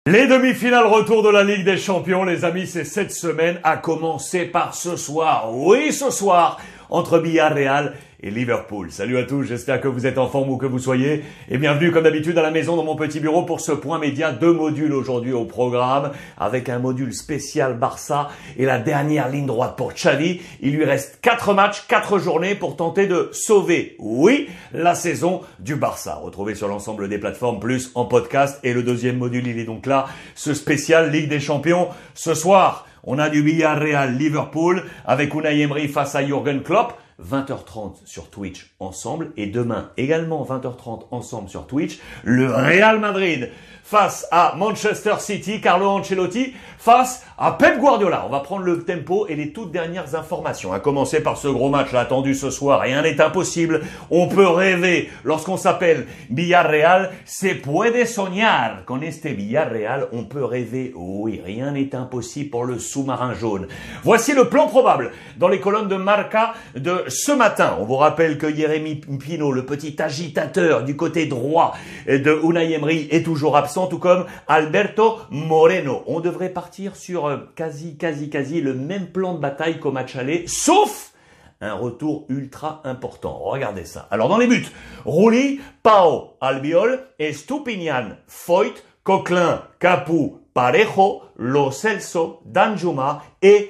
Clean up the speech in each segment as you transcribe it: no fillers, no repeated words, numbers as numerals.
Les demi-finales retour de la Ligue des Champions, les amis, c'est cette semaine, à commencer par ce soir. Oui, ce soir, entre Villarreal et Liverpool. Salut à tous, j'espère que vous êtes en forme où que vous soyez. Et bienvenue comme d'habitude à la maison dans mon petit bureau pour ce point média. 2 modules aujourd'hui au programme, avec un module spécial Barça et la dernière ligne droite pour Xavi. Il lui reste 4 matchs, 4 journées pour tenter de sauver, oui, la saison du Barça. Retrouvez sur l'ensemble des plateformes, plus en podcast. Et le deuxième module, il est donc là, ce spécial Ligue des Champions. Ce soir, on a du Villarreal Liverpool avec Unai Emery face à Jürgen Klopp. 20h30 sur Twitch ensemble et demain également 20h30 ensemble sur Twitch, le Real Madrid face à Manchester City, Carlo Ancelotti face à Pep Guardiola. On va prendre le tempo et les toutes dernières informations. À commencer par ce gros match attendu ce soir. Rien n'est impossible. On peut rêver lorsqu'on s'appelle Villarreal. Se puede soñar. Con este Villarreal, on peut rêver. Oui, rien n'est impossible pour le sous-marin jaune. Voici le plan probable dans les colonnes de Marca de ce matin. On vous rappelle que Jérémy Pino, le petit agitateur du côté droit de Unai Emery, est toujours absent, tout comme Alberto Moreno. On devrait partir sur quasi le même plan de bataille qu'au match aller, sauf un retour ultra important. Regardez ça. Alors dans les buts, Rulli, Pau, Albiol, Estupiñán, Foyt, Coquelin, Capu, Parejo, Lo Celso, Danjuma et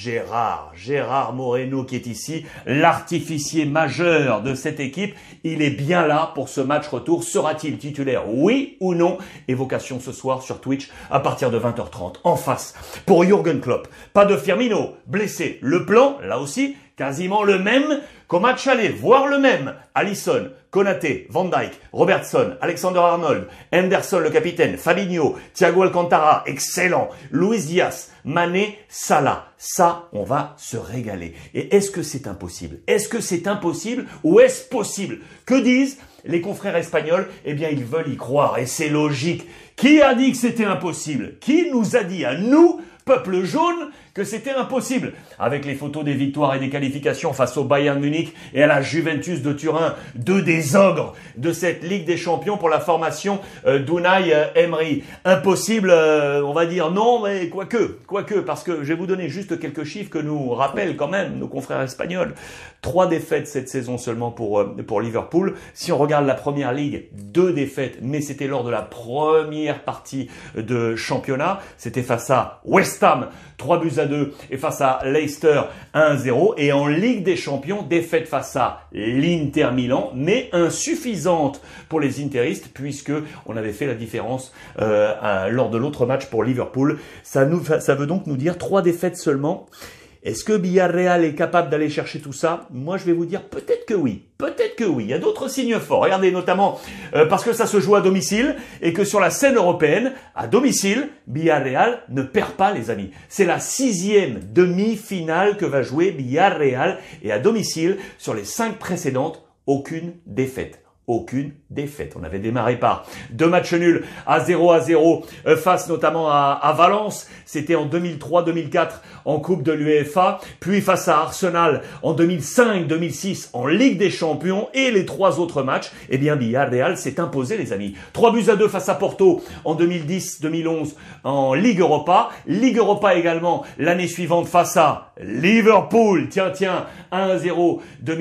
Gérard Moreno qui est ici, l'artificier majeur de cette équipe. Il est bien là pour ce match retour. Sera-t-il titulaire, oui ou non? Évocation ce soir sur Twitch à partir de 20h30. En face, pour Jürgen Klopp, pas de Firmino, blessé. Le plan, là aussi, quasiment le même qu'au match aller, voire le même. Alisson, Konaté, Van Dijk, Robertson, Alexander-Arnold, Henderson le capitaine, Fabinho, Thiago Alcantara, excellent, Luis Diaz, Mané, Salah. Ça, on va se régaler. Et est-ce que c'est impossible? Est-ce que c'est impossible ou est-ce possible? Que disent les confrères espagnols? Eh bien, ils veulent y croire et c'est logique. Qui a dit que c'était impossible? Qui nous a dit à nous, peuple jaune, que c'était impossible? Avec les photos des victoires et des qualifications face au Bayern Munich et à la Juventus de Turin, 2 des ogres de cette Ligue des Champions pour la formation d'Unai Emery. Impossible, on va dire non, mais quoique, parce que je vais vous donner juste quelques chiffres que nous rappellent quand même nos confrères espagnols. 3 défaites cette saison seulement pour Liverpool. Si on regarde la première ligue, 2 défaites, mais c'était lors de la première partie de championnat. C'était face à West Ham, 3-2 et face à Leicester 1-0. Et en Ligue des Champions, défaite face à l'Inter Milan, mais insuffisante pour les interistes puisque on avait fait la différence lors de l'autre match pour Liverpool. Ça veut donc nous dire 3 défaites seulement. Est-ce que Villarreal est capable d'aller chercher tout ça? Moi, je vais vous dire peut-être que oui. Peut-être que oui. Il y a d'autres signes forts. Regardez notamment parce que ça se joue à domicile et que sur la scène européenne, à domicile, Villarreal ne perd pas, les amis. C'est la 6e demi-finale que va jouer Villarreal et à domicile, sur les 5 précédentes, aucune défaite. Aucune défaite. On avait démarré par 2 matchs nuls à 0-0 face notamment à Valence. C'était en 2003-2004 en Coupe de l'UEFA. Puis face à Arsenal en 2005-2006 en Ligue des Champions. Et les 3 autres matchs, eh bien Villarreal s'est imposé, les amis. 3-2 face à Porto en 2010-2011 en Ligue Europa. Ligue Europa également l'année suivante face à Liverpool. Tiens, 1-0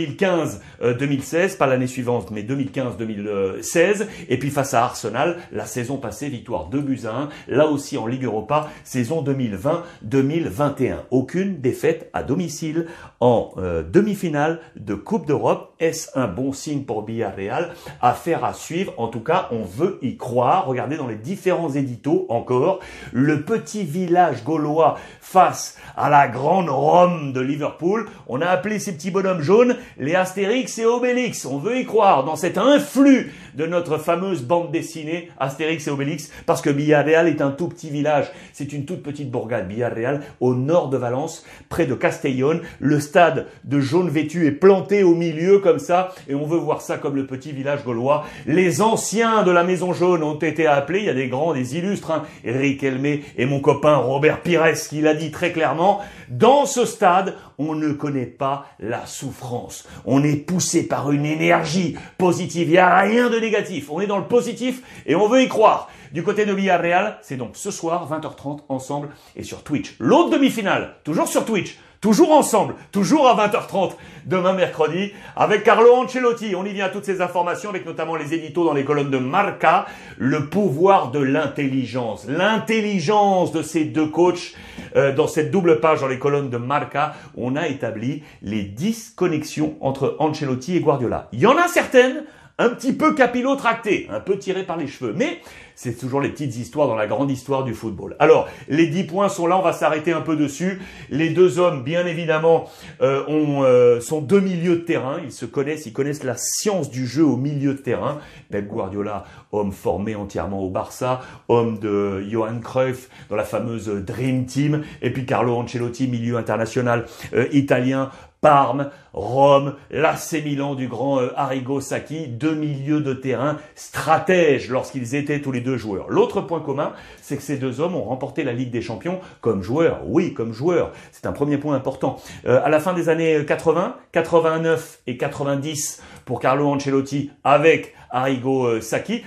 2015-2016. Pas l'année suivante, mais 2015-2016, et puis face à Arsenal, la saison passée, victoire 2-1, là aussi en Ligue Europa, saison 2020-2021. Aucune défaite à domicile en demi-finale de Coupe d'Europe. Est-ce un bon signe pour Villarreal? Affaire à suivre. En tout cas, on veut y croire. Regardez dans les différents éditos encore, le petit village gaulois face à la grande Rome de Liverpool. On a appelé ces petits bonhommes jaunes les Astérix et Obélix. On veut y croire dans cet influx de notre fameuse bande dessinée Astérix et Obélix, parce que Villarreal est un tout petit village, c'est une toute petite bourgade, Villarreal, au nord de Valence, près de Castellón. Le stade de jaune vêtu est planté au milieu comme ça, et on veut voir ça comme le petit village gaulois. Les anciens de la Maison Jaune ont été appelés, il y a des grands, des illustres, hein, Riquelme et mon copain Robert Pires qui l'a dit très clairement, dans ce stade, on ne connaît pas la souffrance. On est poussé par une énergie positive. Il n'y a rien de négatif, on est dans le positif et on veut y croire. Du côté de Villarreal, c'est donc ce soir, 20h30, ensemble et sur Twitch. L'autre demi-finale, toujours sur Twitch. Toujours ensemble, toujours à 20h30, demain mercredi, avec Carlo Ancelotti. On y vient à toutes ces informations, avec notamment les éditos dans les colonnes de Marca, le pouvoir de l'intelligence. L'intelligence de ces deux coachs, dans cette double page dans les colonnes de Marca, on a établi les 10 connexions entre Ancelotti et Guardiola. Il y en a certaines un petit peu capillotractées, un peu tirées par les cheveux, mais c'est toujours les petites histoires dans la grande histoire du football. Alors, les 10 points sont là, on va s'arrêter un peu dessus. Les deux hommes, bien évidemment, sont deux milieux de terrain. Ils se connaissent, ils connaissent la science du jeu au milieu de terrain. Pep Guardiola, homme formé entièrement au Barça, homme de Johan Cruyff dans la fameuse Dream Team. Et puis Carlo Ancelotti, milieu international italien, Parme, Rome, l'AC Milan du grand Arrigo Sacchi, deux milieux de terrain stratèges lorsqu'ils étaient tous les deux joueurs. L'autre point commun, c'est que ces deux hommes ont remporté la Ligue des Champions comme joueurs. Oui, comme joueurs. C'est un premier point important. À la fin des années 80, 89 et 90 pour Carlo Ancelotti avec Arrigo Sacchi,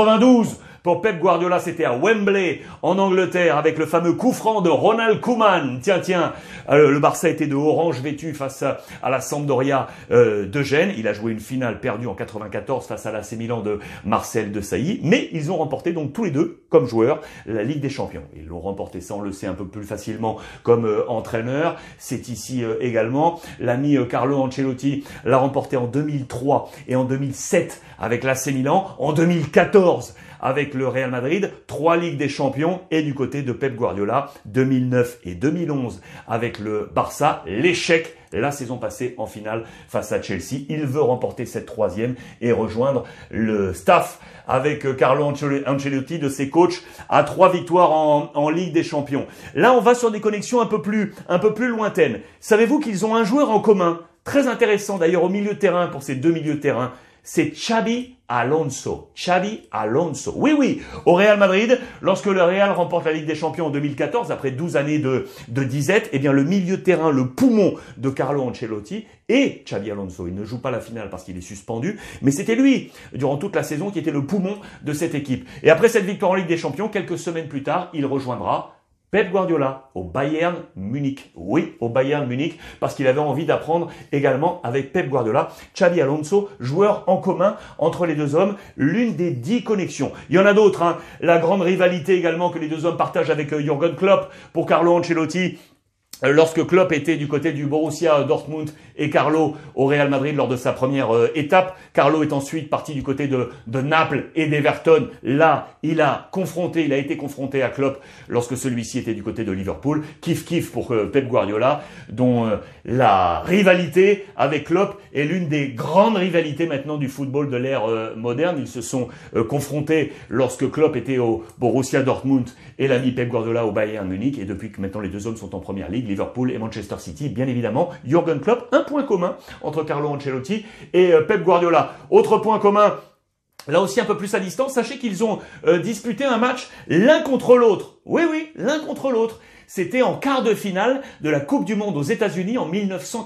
92 pour Pep Guardiola, c'était à Wembley, en Angleterre, avec le fameux coup franc de Ronald Koeman. Tiens, le Barça était de orange vêtu face à la Sampdoria de Gênes. Il a joué une finale perdue en 94 face à l'AC Milan de Marcel Desailly. Mais ils ont remporté donc tous les deux, comme joueurs, la Ligue des Champions. Ils l'ont remporté, ça on le sait un peu plus facilement, comme entraîneur. C'est ici également. L'ami Carlo Ancelotti l'a remporté en 2003 et en 2007 avec l'AC Milan. En 2014 avec le Real Madrid, 3 Ligues des Champions, et du côté de Pep Guardiola, 2009 et 2011 avec le Barça, l'échec la saison passée en finale face à Chelsea. Il veut remporter cette troisième et rejoindre le staff avec Carlo Ancelotti de ses coachs à 3 victoires en Ligue des Champions. Là, on va sur des connexions un peu plus lointaines. Savez-vous qu'ils ont un joueur en commun, très intéressant d'ailleurs au milieu de terrain pour ces deux milieux de terrain? C'est Xabi Alonso. Xabi Alonso. Oui, au Real Madrid, lorsque le Real remporte la Ligue des Champions en 2014, après 12 années de disette, eh bien, le milieu de terrain, le poumon de Carlo Ancelotti et Xabi Alonso. Il ne joue pas la finale parce qu'il est suspendu, mais c'était lui, durant toute la saison, qui était le poumon de cette équipe. Et après cette victoire en Ligue des Champions, quelques semaines plus tard, il rejoindra Pep Guardiola au Bayern Munich. Oui, au Bayern Munich, parce qu'il avait envie d'apprendre également avec Pep Guardiola. Xabi Alonso, joueur en commun entre les deux hommes, l'une des 10 connexions. Il y en a d'autres, hein. La grande rivalité également que les deux hommes partagent avec Jürgen Klopp pour Carlo Ancelotti. Lorsque Klopp était du côté du Borussia Dortmund et Carlo au Real Madrid lors de sa première étape, Carlo est ensuite parti du côté de Naples et d'Everton. Là, il a été confronté à Klopp lorsque celui-ci était du côté de Liverpool. Kiff pour Pep Guardiola, dont la rivalité avec Klopp est l'une des grandes rivalités maintenant du football de l'ère moderne. Ils se sont confrontés lorsque Klopp était au Borussia Dortmund et l'ami Pep Guardiola au Bayern Munich. Et depuis que maintenant les deux hommes sont en première ligue, Liverpool et Manchester City, bien évidemment, Jürgen Klopp, un point commun entre Carlo Ancelotti et Pep Guardiola. Autre point commun, là aussi un peu plus à distance, sachez qu'ils ont disputé un match l'un contre l'autre. Oui, l'un contre l'autre. C'était en quart de finale de la Coupe du Monde aux États-Unis en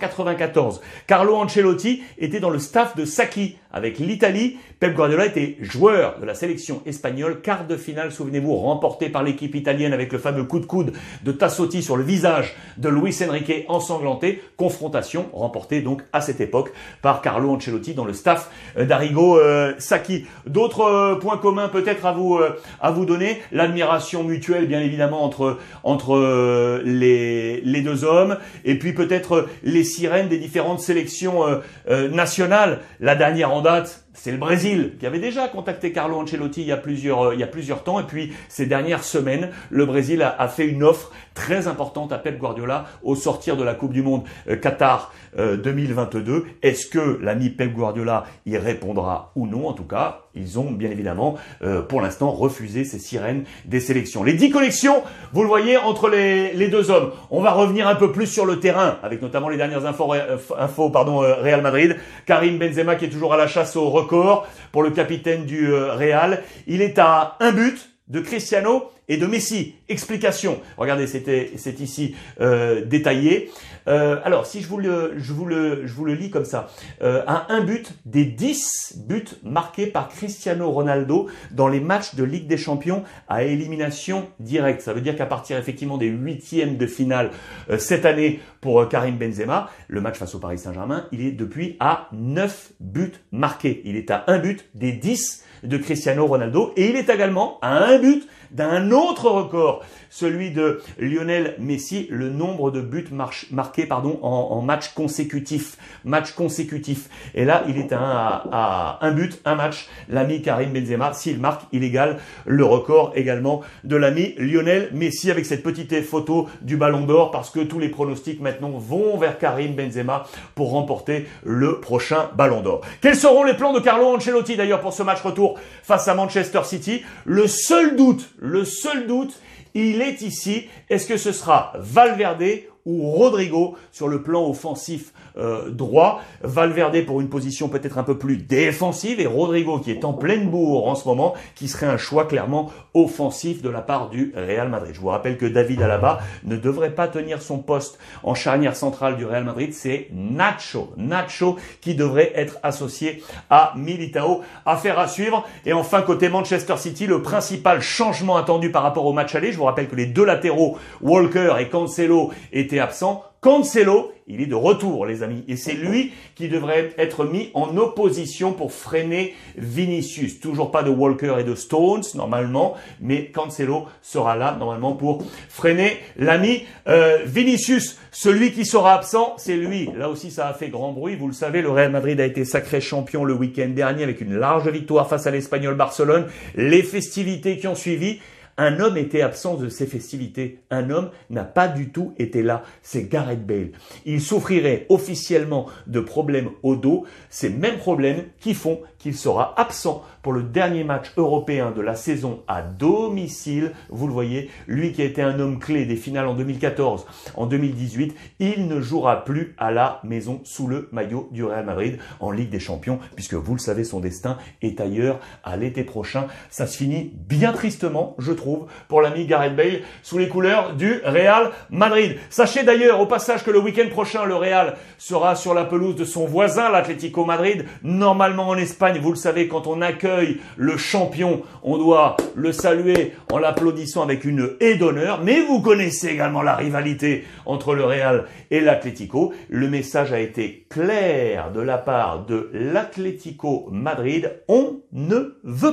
1994. Carlo Ancelotti était dans le staff de Sacchi avec l'Italie. Pep Guardiola était joueur de la sélection espagnole. Quart de finale, souvenez-vous, remporté par l'équipe italienne avec le fameux coup de coude de Tassotti sur le visage de Luis Enrique ensanglanté. Confrontation remportée donc à cette époque par Carlo Ancelotti dans le staff d'Arrigo Sacchi. D'autres points communs peut-être à vous donner. L'admiration mutuelle, bien évidemment, entre les deux hommes, et puis peut-être les sirènes des différentes sélections nationales. La dernière en date, c'est le Brésil qui avait déjà contacté Carlo Ancelotti il y a plusieurs temps, et puis ces dernières semaines, le Brésil a fait une offre très importante à Pep Guardiola au sortir de la Coupe du Monde Qatar 2022. Est-ce que l'ami Pep Guardiola y répondra ou non? En tout cas, ils ont bien évidemment pour l'instant refusé ces sirènes des sélections. Les 10 connexions, vous le voyez, entre les deux hommes. On va revenir un peu plus sur le terrain, avec notamment les dernières infos Real Madrid. Karim Benzema qui est toujours à la chasse au record pour le capitaine du Real. Il est à un but de Cristiano et de Messi. Explication. Regardez, c'est ici détaillé. Alors, si je vous le lis comme ça, un but des 10 buts marqués par Cristiano Ronaldo dans les matchs de Ligue des Champions à élimination directe. Ça veut dire qu'à partir effectivement des huitièmes de finale cette année pour Karim Benzema, le match face au Paris Saint-Germain, il est depuis à 9 buts marqués. Il est à un but des 10 de Cristiano Ronaldo et il est également à un but d'un autre record, celui de Lionel Messi, le nombre de buts marqués en match consécutif. Et là, il est à un but, un match. L'ami Karim Benzema, s'il marque, il égale le record également de l'ami Lionel Messi avec cette petite photo du Ballon d'Or parce que tous les pronostics maintenant vont vers Karim Benzema pour remporter le prochain Ballon d'Or. Quels seront les plans de Carlo Ancelotti d'ailleurs pour ce match retour face à Manchester City? Le seul doute, il est ici. Est-ce que ce sera Valverde ou Rodrigo sur le plan offensif droit? Valverde pour une position peut-être un peu plus défensive et Rodrigo qui est en pleine bourre en ce moment, qui serait un choix clairement offensif de la part du Real Madrid. Je vous rappelle que David Alaba ne devrait pas tenir son poste en charnière centrale du Real Madrid. C'est Nacho qui devrait être associé à Militao. Affaire à suivre. Et enfin, côté Manchester City, le principal changement attendu par rapport au match aller, je vous rappelle que les deux latéraux, Walker et Cancelo, étaient absents. Cancelo, il est de retour, les amis. Et c'est lui qui devrait être mis en opposition pour freiner Vinicius. Toujours pas de Walker et de Stones, normalement. Mais Cancelo sera là, normalement, pour freiner l'ami Vinicius. Celui qui sera absent, c'est lui. Là aussi, ça a fait grand bruit. Vous le savez, le Real Madrid a été sacré champion le week-end dernier avec une large victoire face à l'Espagnol Barcelone. Les festivités qui ont suivi. Un homme était absent de ces festivités. Un homme n'a pas du tout été là. C'est Gareth Bale. Il souffrirait officiellement de problèmes au dos. Ces mêmes problèmes qui font qu'il sera absent pour le dernier match européen de la saison à domicile. Vous le voyez, lui qui a été un homme clé des finales en 2014, en 2018, il ne jouera plus à la maison sous le maillot du Real Madrid en Ligue des Champions, puisque vous le savez, son destin est ailleurs à l'été prochain. Ça se finit bien tristement, je trouve, pour l'ami Gareth Bale sous les couleurs du Real Madrid. Sachez d'ailleurs au passage que le week-end prochain, le Real sera sur la pelouse de son voisin, l'Atlético Madrid, normalement en Espagne. Vous le savez, quand on accueille le champion, on doit le saluer en l'applaudissant avec une haie d'honneur. Mais vous connaissez également la rivalité entre le Real et l'Atlético. Le message a été clair de la part de l'Atlético Madrid. On ne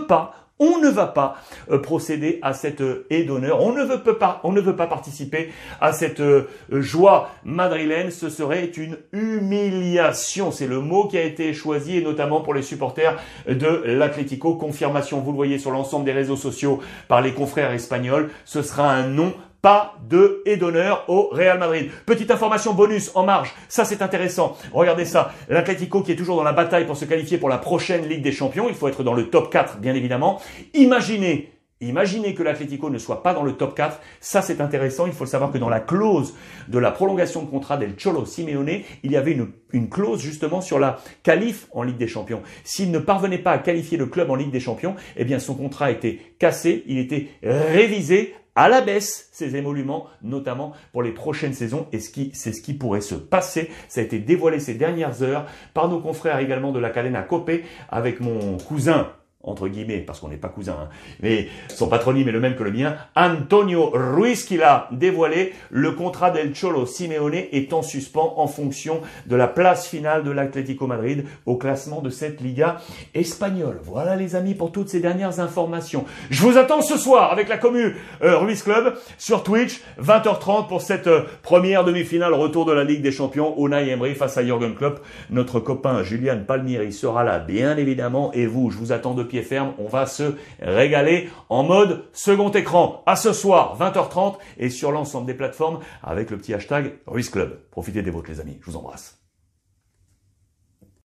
va pas procéder à cette haie d'honneur. On ne veut pas participer à cette joie madrilène. Ce serait une humiliation. C'est le mot qui a été choisi et notamment pour les supporters de l'Atlético. Confirmation, vous le voyez sur l'ensemble des réseaux sociaux par les confrères espagnols. Ce sera un non. Pas de haie d'honneur au Real Madrid. Petite information bonus en marge, ça c'est intéressant. Regardez ça, l'Atlético qui est toujours dans la bataille pour se qualifier pour la prochaine Ligue des Champions. Il faut être dans le top 4 bien évidemment. Imaginez que l'Atlético ne soit pas dans le top 4. Ça, c'est intéressant. Il faut savoir que dans la clause de la prolongation de contrat del Cholo Simeone, il y avait une clause justement sur la qualif en Ligue des Champions. S'il ne parvenait pas à qualifier le club en Ligue des Champions, eh bien son contrat était cassé, il était révisé à la baisse, ces émoluments, notamment pour les prochaines saisons. Et c'est ce qui pourrait se passer. Ça a été dévoilé ces dernières heures par nos confrères également de la Cadena Cope avec mon cousin, entre guillemets, parce qu'on n'est pas cousins, hein, mais son patronyme est le même que le mien, Antonio Ruiz, qui l'a dévoilé. Le contrat del Cholo Simeone est en suspens en fonction de la place finale de l'Atlético Madrid au classement de cette Liga espagnole. Voilà les amis pour toutes ces dernières informations. Je vous attends ce soir avec la commu Ruiz Club sur Twitch, 20h30 pour cette première demi-finale retour de la Ligue des Champions. Unai Emery face à Jürgen Klopp. Notre copain Julian Palmieri sera là bien évidemment et vous, je vous attends de pied ferme, on va se régaler en mode second écran. À ce soir, 20h30 et sur l'ensemble des plateformes avec le petit hashtag Ruiz Club. Profitez des vôtres les amis, je vous embrasse.